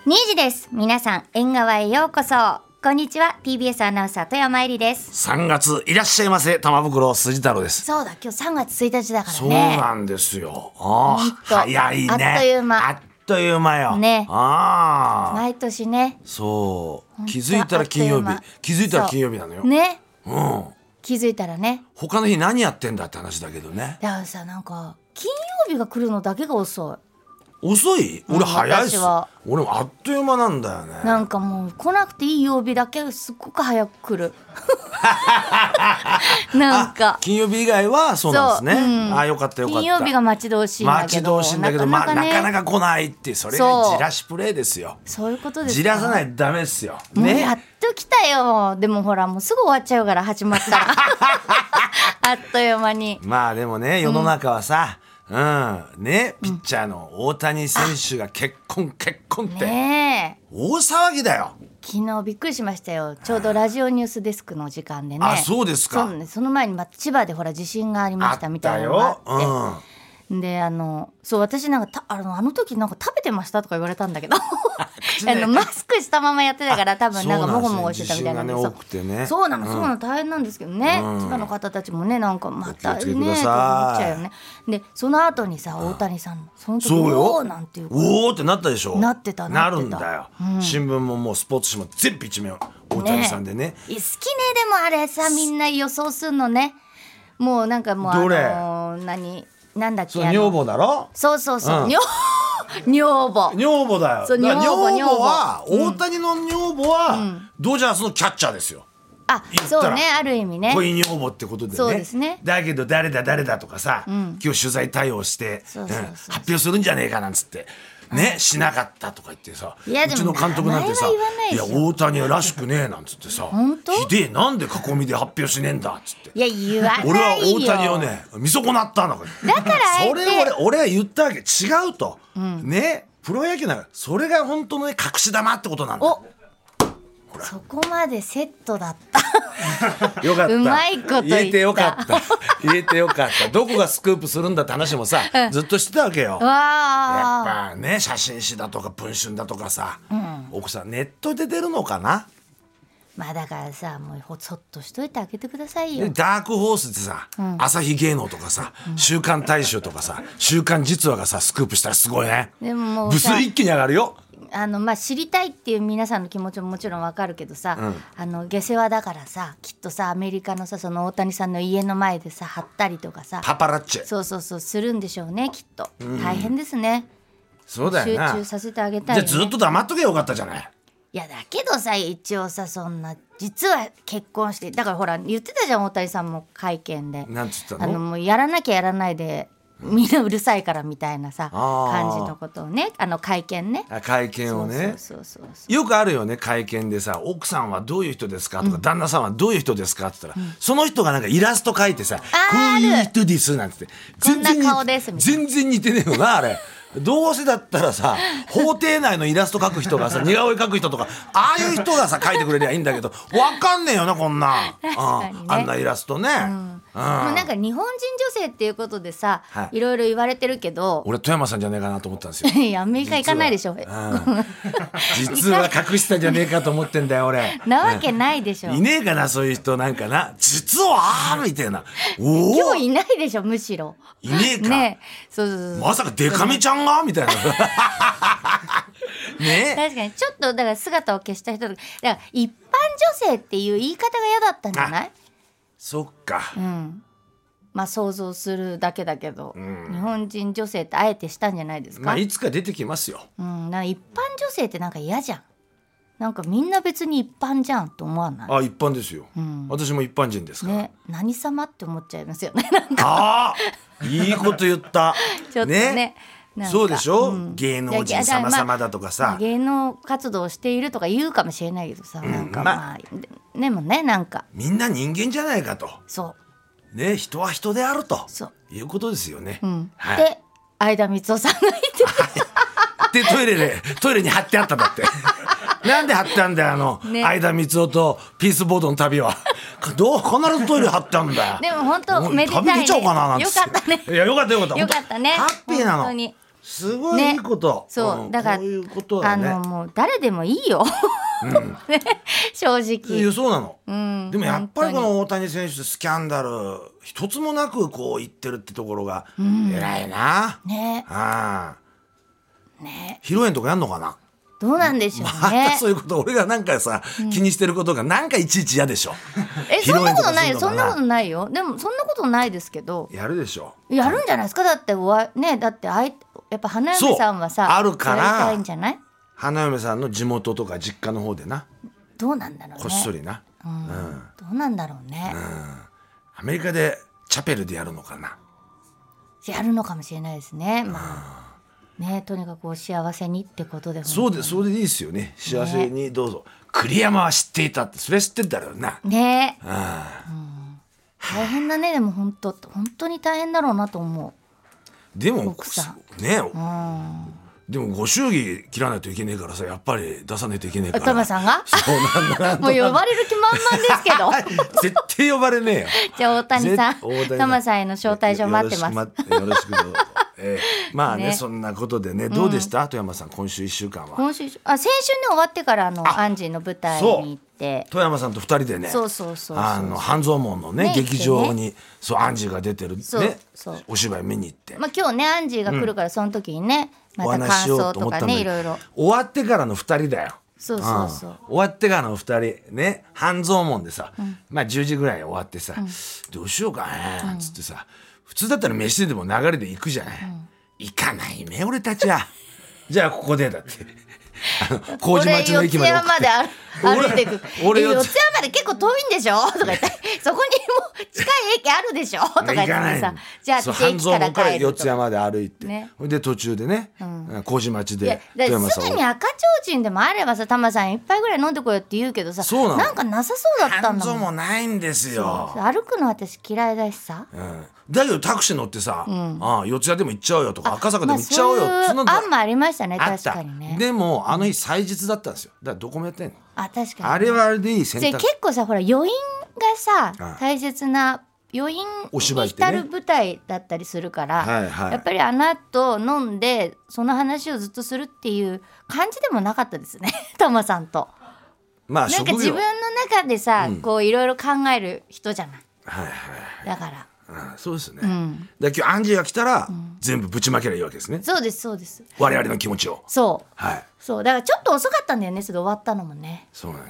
2時です。皆さん縁側へようこそ。こんにちは。 TBS アナウンサー富山えりです。 3月いらっしゃいませ。玉袋筋太郎です。 そうだ、今日3月1日だからね。 そうなんですよ。早いね。 あっという間。 あっという間よね。 毎年ね。 そう気づいたら金曜日。気づいたら金曜日なのよね。 気づいたらね。 他の日何やってんだって話だけどね。 だからさ、なんか金曜日が来るのだけが遅い。 遅い？俺早いっす。俺もあっという間なんだよね。 なんかもう来なくていい曜日だけすっごく早く来るなんか金曜日以外はそうなんですね。よかったよかった。 金曜日が待ち遠しいんだけど、 なかなか来ないって、それがじらしプレイですよ。 そういうことですか。 じらさないとダメですよ、 もうやっと来たよ。でもほらもうすぐ終わっちゃうから、始まったらあっという間に。 まあでもね、世の中はさ、ね、ピッチャーの大谷選手が結婚って、大騒ぎだよ。 昨日びっくりしましたよ。ちょうどラジオニュースデスクの時間でね。 あ、そうですか。 その前に千葉でほら地震がありましたみたいなのがあって、でそう私なんかあの時なんか食べてましたとか言われたんだけどマスクしたままやってたから多分なんかもごもごしてたみたいなんですよ。そうなの大変なんですけどね、千葉の方たちもね、なんかまたねと思っちゃうよね。でその後にさ、大谷さんその時おーなんていうおーってなったでしょ。 なってたなるんだよ、新聞ももうスポーツ紙も全部一面大谷さんでね。 好きね。でもあれさ、みんな予想するのね。もうなんかもうなんだっけ、 女房だろ。 そう、女房だよ。女房は大谷の女房はドジャースのキャッチャーですよ。 そうね、ある意味ね、 恋女房ってことでね。 そうですね。 だけど誰だとかさ、今日取材対応して発表するんじゃねえかなんつってね、しなかったとか言ってさ、うちの監督なんてさ、いや大谷らしくねえなんつってさ、ひでえ、なんで囲みで発表しねえんだっつって。 いや言わないよ。 俺は大谷をね見損なったの。 だからそれ俺は言ったわけ。違うと、ね、プロ野球なんかそれが本当の隠し玉ってことなんだ。 そこまでセットだったよかった。 うまいこと言ってよかったどこがスクープするんだって話もさ、ずっとしてたわけよ。やっぱね、写真誌だとか文春だとかさ、奥さんネットで出るのかな。 まあだからさ、もうそっとしといてあげてくださいよ。 ダークホースでさ、朝日芸能とかさ、週刊大衆とかさ、週刊実話がさスクープしたらすごいね。 でももうブス一気に上がるよ。 知りたいっていう皆さんの気持ちももちろんわかるけどさ、下世話だからさ、きっとさアメリカのさ、その大谷さんの家の前でさ貼ったりとかさ、 パパラッチェ、 そうするんでしょうね、きっと。大変ですね。 そうだよな。 集中させてあげたいよね。 じゃあずっと黙っとけばよかったじゃない。 いやだけどさ、一応さ、そんな実は結婚して、だからほら言ってたじゃん、大谷さんも会見で。 なんつったの？ もうやらなきゃやらないでみんなうるさいからみたいなさ感じのことをね、会見ね。 会見をね。よくあるよね、会見でさ、奥さんはどういう人ですかとか、旦那さんはどういう人ですかって言ったら、その人がなんかイラスト描いてさ、こういう人ですなんてこんな顔ですみたいな。 全然似てねえよなあれ。どうせだったらさ、法廷内のイラスト描く人がさ、似顔絵描く人とか、ああいう人がさ描いてくれりゃいいんだけど、わかんねえよなこんな。あんなイラストね。 もうなんか日本人女性っていうことでさ、いろいろ言われてるけど、 俺富山さんじゃねえかなと思ったんですよ。 いやアメリカ行かないでしょ。 実は隠したんじゃねえかと思ってんだよ俺。 なわけないでしょ。 いねえかな、そういう人。なんかな、実はみたいな。 今日いないでしょ、むしろ。 いねえか。 ね、そうまさかデカミちゃんがみたいな。ね、 確かにちょっとだから姿を消した人だから一般女性っていう言い方が嫌だったんじゃない？ そっか。 まあ想像するだけだけど、日本人女性ってあえてしたんじゃないですか。 まあいつか出てきますよ。 なんか一般女性ってなんか嫌じゃん。なんかみんな別に一般じゃんと思わない？ 一般ですよ、私も一般人ですからね。何様って思っちゃいますよね。なんかいいこと言ったちょっとね。 そうでしょ、芸能人様々だとかさ、 芸能活動をしているとか言うかもしれないけどさ、なんかでもね、なんかみんな人間じゃないかと。 そうね、人は人であるということですよね。 で、相田光夫さんがいてでトイレに貼ってあったんだってなんで貼ってあんだよ、相田光夫とピースボードの旅は。必ずトイレ貼ってあんだよ。 でも本当めでたいね。 旅出ちゃおうかななんて。 よかったね。 いや、よかったよかったね。 ハッピーなの。 すごいいいこと、 ね、そうだからこういうことだね。 もう誰でもいいよ、ね、正直。 いやそうなの、でもやっぱりこの大谷選手スキャンダル一つもなくこう言ってるってところが偉いな、 ね。 ね、披露宴とかやんのかな。 どうなんでしょうね。 またそういうこと俺がなんかさ、気にしてることがなんかいちいち嫌でしょ。 そんなことないよ、そんなことないよ。でもそんなことないですけど。 やるでしょ。 やるんじゃないですか。だってね、だってやっぱ花嫁さんはさあるからやりたいんじゃない。 花嫁さんの地元とか実家の方でな。 どうなんだろうね。 こっそりな。 どうなんだろうね。 アメリカでチャペルでやるのかな。 やるのかもしれないですね。まあね、とにかくお幸せにってことで。 そうでいいですよね。幸せにどうぞ。栗山は知っていたって、それ知ってたろうな。 ね。大変だね。でも本当に大変だろうなと思う。でも奥さんね。でもご祝儀切らないといけないからさ、やっぱり出さないといけないから。 トマさんがそうなんもう呼ばれる気満々ですけど絶対呼ばれねえよ。 じゃあ大谷さん、トマさんへの招待状待ってます。 よろしくどうぞ。まあね、そんなことでね、どうでした、富山さん今週1週間は。 先週ね終わってからアンジーの舞台に行って、 富山さんと2人でね、半蔵門のね劇場にそうアンジーが出てるねお芝居見に行って、 まあ今日ねアンジーが来るからその時にね、また感想とかねいろいろ。 終わってからの2人だよ。 そう終わってからの2人ね、半蔵門でさ、まあ10時ぐらい終わってさ、どうしようかねっつってさ、普通だったら飯でも流れで行くじゃない、行かないね俺たちは。じゃあここでだって麹町の駅まで送って、 歩いていく。四谷まで結構遠いんでしょとか言って、そこにもう近い駅あるでしょとか言ってさ、じゃあ半蔵門から四谷まで歩いて、で途中でね麹町で。 すぐに赤ちょうちんでもあればさ、タマさん一杯ぐらい飲んでこようって言うけどさ、なんかなさそうだったんだもん。 半蔵門ないんですよ。 歩くの私嫌いだしさ。 だけどタクシー乗ってさ、四谷でも行っちゃおうよとか赤坂でも行っちゃおうよ、 そんな案もありましたね。確かにね。 でもあの日祭日だったんですよ。だからどこもやってんの。 確かにあれはあれでいい選択。 結構さ、ほら余韻がさ大切な、余韻に浸る舞台だったりするから、やっぱりあの後飲んでその話をずっとするっていう感じでもなかったですねトモさんと。なんか自分の中でさ、こういろいろ考える人じゃない。だからそうですね。だ今日アンジーが来たら、全部ぶちまけりゃいいわけですね。 そうですそうです。 我々の気持ちを。 そうだからちょっと遅かったんだよね、それ終わったのもね。 そうなんです。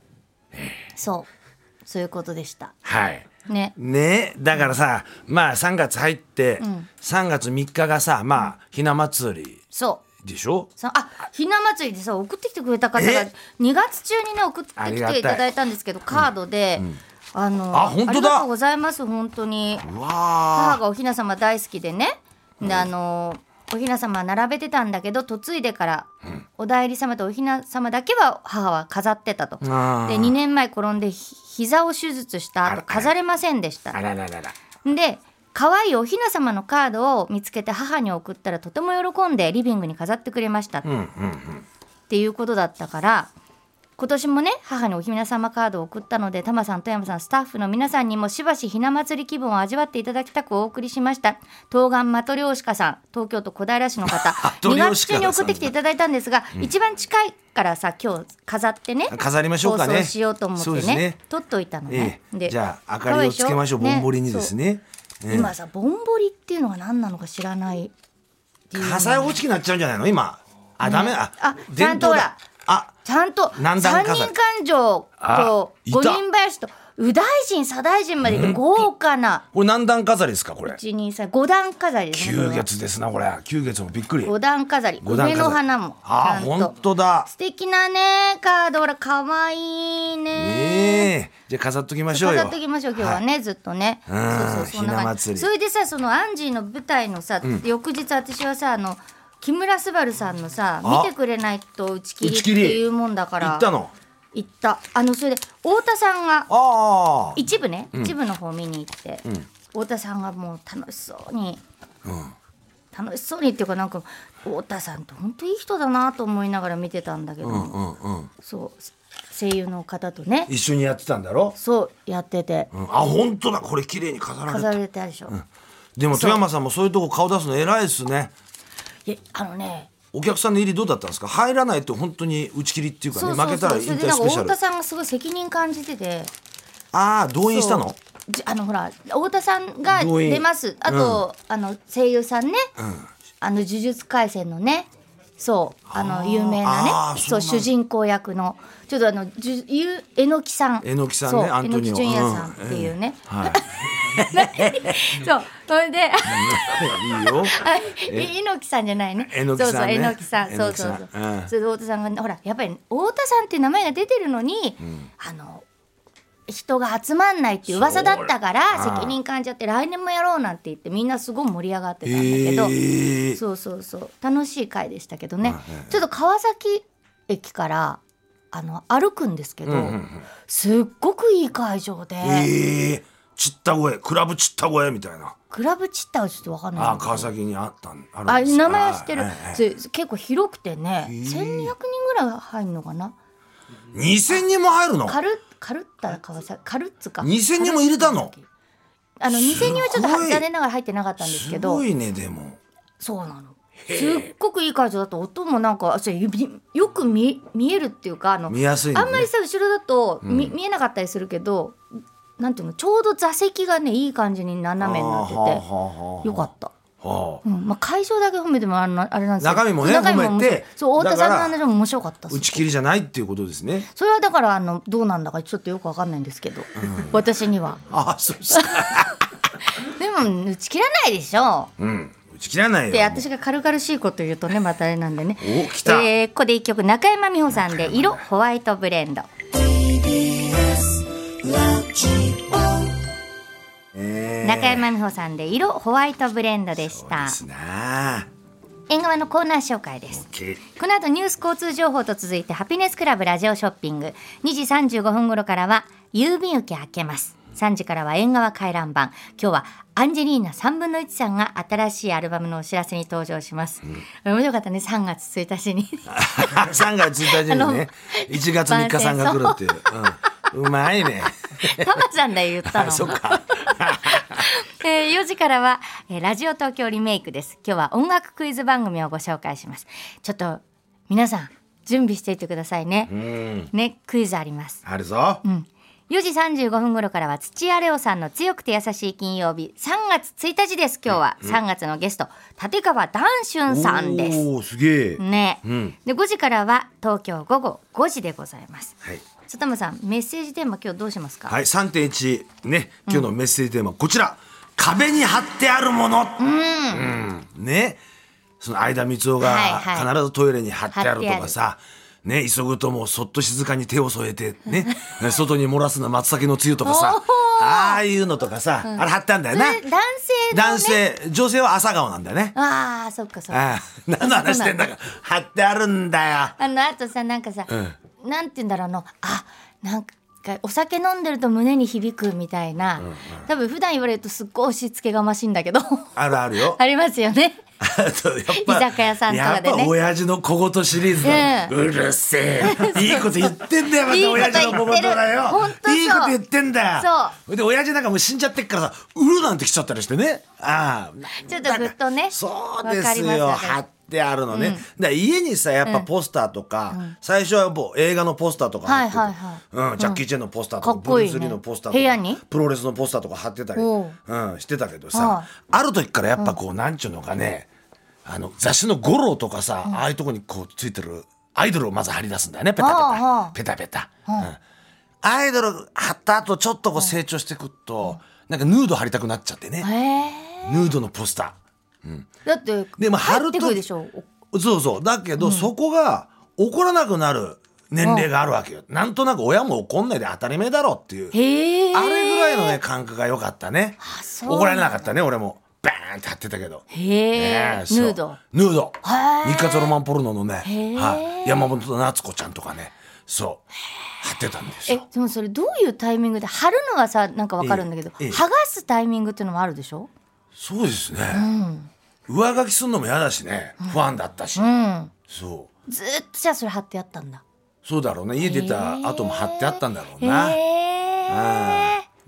そういうことでした。 ね、だからさ、まあ3月入って、3月3日がさ、まあひな祭りでしょ。 ひな祭りでさ、送ってきてくれた方が2月中にね送ってきていただいたんですけど、カードで。 本当だ。 ありがとうございます。本当に母がおひな様大好きでね、でおひな様並べてたんだけど、嫁いでから、お代理様とおひな様だけは母は飾ってたと。で2年前転んで膝を手術した後飾れませんでした。で可愛いおひな様のカードを見つけて母に送ったら、とても喜んでリビングに飾ってくれましたっていうことだったから、今年もね母におひな様カードを送ったので、タマさん、富山さん、スタッフの皆さんにもしばしひな祭り気分を味わっていただきたくお送りしました。東岸マトリョーシカさん、東京都小平市の方2月中に送ってきていただいたんですが、一番近いからさ今日飾ってね、 飾りましょうかね。 放送しようと思ってね取っといたのね。 でじゃあ明かりをつけましょう、ぼんぼりにですね。 今さぼんぼりっていうのが何なのか知らない。 火災報知器になっちゃうんじゃないの今。ダメ。 ちゃんとほら、ちゃんと3人勘定と5人林と右大臣左大臣までで豪華な。 これ何段飾りですかこれ。 1、2、3、5段飾りですね。 9月ですなこれ。9月もびっくり。 5段飾り、梅の花も本当だ。 素敵なねカード、ほらかわいいね。 じゃあ飾っときましょうよ。 飾っときましょう今日はね、ずっとね。 ひな祭り。 それでさ、そのアンジーの舞台のさ、翌日私はさ木村昴さんのさ見てくれないと打ち切りっていうもんだから。 行ったの。 行った。それで太田さんが一部の方見に行って、太田さんがもう楽しそうにっていうか、なんか太田さんって本当いい人だなと思いながら見てたんだけど、そう声優の方とね一緒にやってたんだろ。 そうやってて、 本当だ、これ綺麗に飾られてあるでしょ。 でも富山さんもそういうとこ顔出すの偉いですね。 いやお客さんの入りどうだったんですか？入らないと本当に打ち切りっていうかね、負けたら引退スペシャル。 それで太田さんがすごい責任感じてて、 動員したの？ ほら太田さんが出ます。あと、声優さんね、呪術廻戦のね、そう有名なね、そう主人公役のちょっと榎木さん、 ね、アントニオ、 榎木純也さんっていうね、そうそれでいいよ猪木さんじゃないね、 榎木さんね、 そう猪木さん、そうそれで太田さんがほらやっぱり太田さんっていう名前が出てるのに、人が集まんないっていう噂だったから責任感じちゃって来年もやろうなんて言ってみんなすごい盛り上がってたんだけど、そう楽しい回でしたけどね、ちょっと川崎駅から歩くんですけど、すっごくいい会場で、 ちった声、クラブちった声みたいな。 クラブちったはちょっと分かんない。 川崎にあるんですか？名前は知ってる。結構広くてね、1200人ぐらい入るのかな。 2000人も入るの？ カルッ川崎、カルッツか。 2000人も入れたの ？2000人はちょっと残念ながら入ってなかったんですけど。 すごいね、でも。 そうなの。すっごくいい会場だと音もなんかよく見えるっていうか見やすいね、 あんまりさ後ろだと見えなかったりするけど、なんていうの、ちょうど座席がねいい感じに斜めになっててよかった。会場だけ褒めてもあれなんですよ。 中身もね褒めて、 そう太田さんの話も面白かった。 打ち切りじゃないっていうことですね。 それはだからどうなんだかちょっとよくわかんないんですけど、私には。 そうですか。 でも打ち切らないでしょ。 打ち切らないよ。 で私が軽々しいこと言うとねまたあれなんでね。 来た。 ここで一曲、中山美穂さんで色ホワイトブレンド。中山美穂さんで色ホワイトブレンドでした。 そうですな。 縁側のコーナー紹介です。この後ニュース交通情報と続いてハピネスクラブラジオショッピング、2時35分頃からは郵便受け開けます。3時からは縁側回覧版。今日はアンジェリーナ3分の1さんが新しいアルバムのお知らせに登場します。面白かったね、3月1日に 3月1日にね1月3日さんが来るっていう、うまいね。 タマさんだよ言ったの。 そっか。 4時からは、ラジオ東京リメイクです。今日は音楽クイズ番組をご紹介します。ちょっと皆さん準備していてくださいね。ね、クイズあります。 あるぞ。 4時35分頃からは土屋レオさんの強くて優しい金曜日、3月1日です。今日は3月のゲスト、立川談春さんです。 おー、すげえね、で5時からは東京午後5時でございます。 はい、 里間さん、メッセージテーマ今日どうしますか？ はい、3.1 ね、今日のメッセージテーマ、こちら、壁に貼ってあるもの、ね、その相田みつをが必ずトイレに貼ってあるとかさ、ね、急ぐともうそっと静かに手を添えてね外に漏らすな松茸のつゆとかさ、ああいうのとかさ、あれ貼ってあるんだよな。男性、女性は朝顔なんだよね。 ああ、そっかそっか。 何の話してんだか、貼ってあるんだよ。 あとさ、なんかさ、なんて言うんだろうなんかお酒飲んでると胸に響くみたいな、多分普段言われるとすっごい押し付けがましいんだけどあるよありますよね。 居酒屋さんとかでね、 やっぱ親父の小言シリーズだ、うるせえいいこと言ってんだよ、また親父の小言だよ。いいこと言ってんだよ。そうで親父なんかもう死んじゃってっからさ、うるなんてきちゃったりしてね。 ちょっとグッとね。 そうですよ、貼ってあるのね。だ家にさ、やっぱポスターとか、最初はもう映画のポスターとか貼ってて、ジャッキー・チェンのポスターとか、ブルース・リーのポスターとか、部屋にプロレスのポスターとか貼ってたりしてたけどさ、ある時からやっぱこう、なんちゅうのかね、雑誌の五郎とかさ、ああいうとこにこうついてるアイドルをまず貼り出すんだよね。ペタペタ、アイドル貼った後ちょっとこう成長してくと、なんかヌード貼りたくなっちゃってね。ヌードのポスター、 だってでも貼るとそうだけど、そこが怒らなくなる年齢があるわけよ。なんとなく親も怒んないで当たり前だろっていう、あれぐらいのね感覚が良かったね。怒られなかったね、俺も。バーンって貼ってたけど。 ヌード日活ロマンポルノのね、山本夏子ちゃんとかね、そう貼ってたんですよ。 でもそれどういうタイミングで貼るのはさ、なんかわかるんだけど、剥がすタイミングっていうのもあるでしょ？ そうですね、上書きするのも嫌だしね、ファンだったし、そうずっとじゃあそれ貼ってあったんだ。 そうだろうね、家出た後も貼ってあったんだろうな。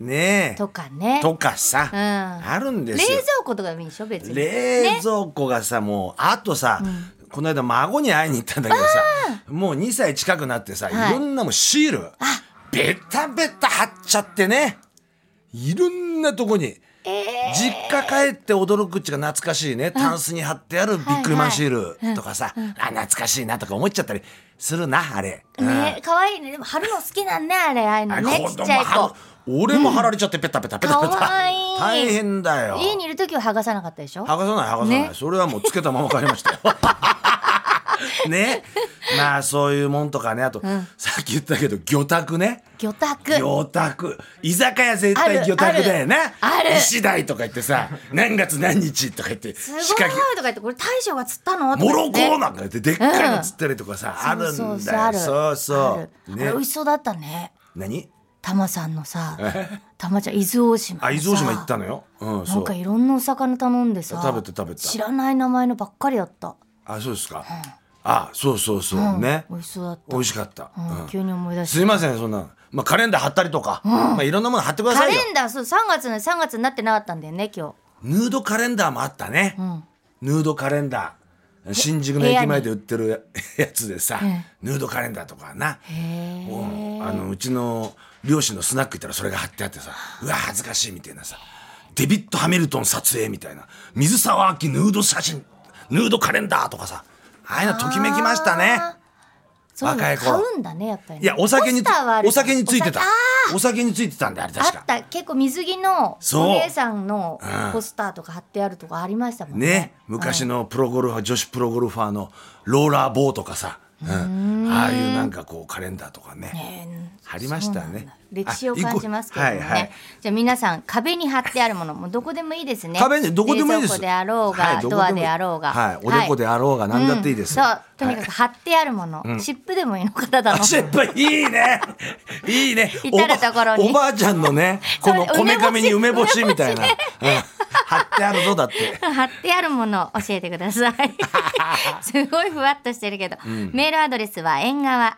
ねえとかねとかさ、あるんですよ。 冷蔵庫とかでもいいでしょ別に。 冷蔵庫がさもうあとさ、この間孫に会いに行ったんだけどさ、もう2歳近くなってさ、いろんなもんシールベタベタ貼っちゃってね、いろんなとこに、実家帰って驚くっちが懐かしいね、タンスに貼ってあるビックリマンシールとかさ、懐かしいなとか思っちゃったりするな、あれね。可愛いね。でも貼るの好きなんね、あれ、ああいうのね、ちっちゃい子。 俺も貼られちゃってペタペタペタペタ、大変だよ。 家にいる時は剥がさなかったでしょ。 剥がさない、それはもうつけたまま帰りましたよね。まあそういうもんとかね、あと、さっき言ったけど魚拓ね。 魚拓居酒屋絶対魚拓だよね。石鯛とか言ってさ、何月何日とか言ってすごいとか言って、これ大将が釣ったのモロコなんか言ってでっかいの釣ったりとかさ、あるんだよ。そうそうね。美味しそうだったね。 何？ タマさんのさ、タマちゃん伊豆大島。 伊豆大島行ったのよ。 なんかいろんなお魚頼んでさ、 食べた。 知らない名前のばっかりだった。 そうですか。そうね。 美味しそうだった。 美味しかった。 急に思い出した。 すいません、そんな。カレンダー貼ったりとか、いろんなもの貼ってくださいよ。 カレンダー、そう3月になってなかったんだよね、今日。 ヌードカレンダーもあったね。ヌードカレンダー。新宿の駅前で売ってるやつでさ、ヌードカレンダーとかな。うちの両親のスナック行ったらそれが貼ってあってさ、うわ恥ずかしいみたいなさ、デビッド・ハミルトン撮影みたいな、水沢明ヌード写真、ヌードカレンダーとかさ、ああいうのときめきましたね。 若い子買うんだね、やっぱり。 いや、お酒についてた。お酒についてたんで、あれ確か。 あった、結構水着のお姉さんのポスターとか貼ってあるとかありましたもんね。 昔のプロゴルファー、女子プロゴルファーのローラーボーとかさ、ああいうなんかこうカレンダーとかね、貼りましたね。 歴史を感じますけどね。じゃあ皆さん、壁に貼ってあるものもどこでもいいですね。 壁にどこでもいいです。 冷蔵庫であろうが、ドアであろうが、 おでこであろうが何だっていいです。 そう、とにかく貼ってあるもの、湿布でもいいのか、ただの湿布いいね、いいね。 至るところにおばあちゃんのね、このこめかみに梅干しみたいな貼ってあるぞだって。 貼ってあるもの教えてください。すごいふわっとしてるけど、メールアドレスは縁側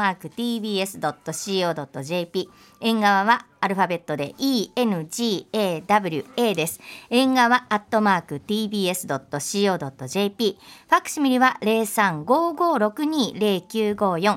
@tbs.co.jp。縁側はアルファベットで ENGAWA です。縁側@tbs.co.jp。ファクシミリは 0355620954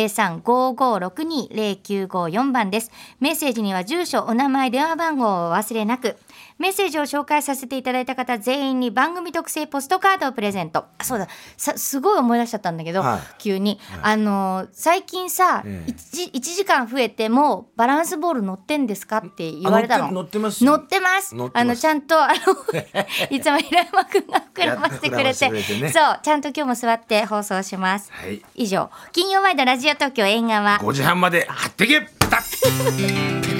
0355620954番です。メッセージには住所、お名前、電話番号をお忘れなく。メッセージを紹介させていただいた方全員に番組特製ポストカードをプレゼント。そうだ、すごい思い出しちゃったんだけど、急に、最近さ、1時間増えてもバランスボール乗ってんですかって言われたの。 乗ってます。 乗ってます。ちゃんといつも平山くんが膨らませてくれて、そうちゃんと今日も座って放送します。以上、金曜ワイドラジオ東京縁側 5時半まで張ってけ。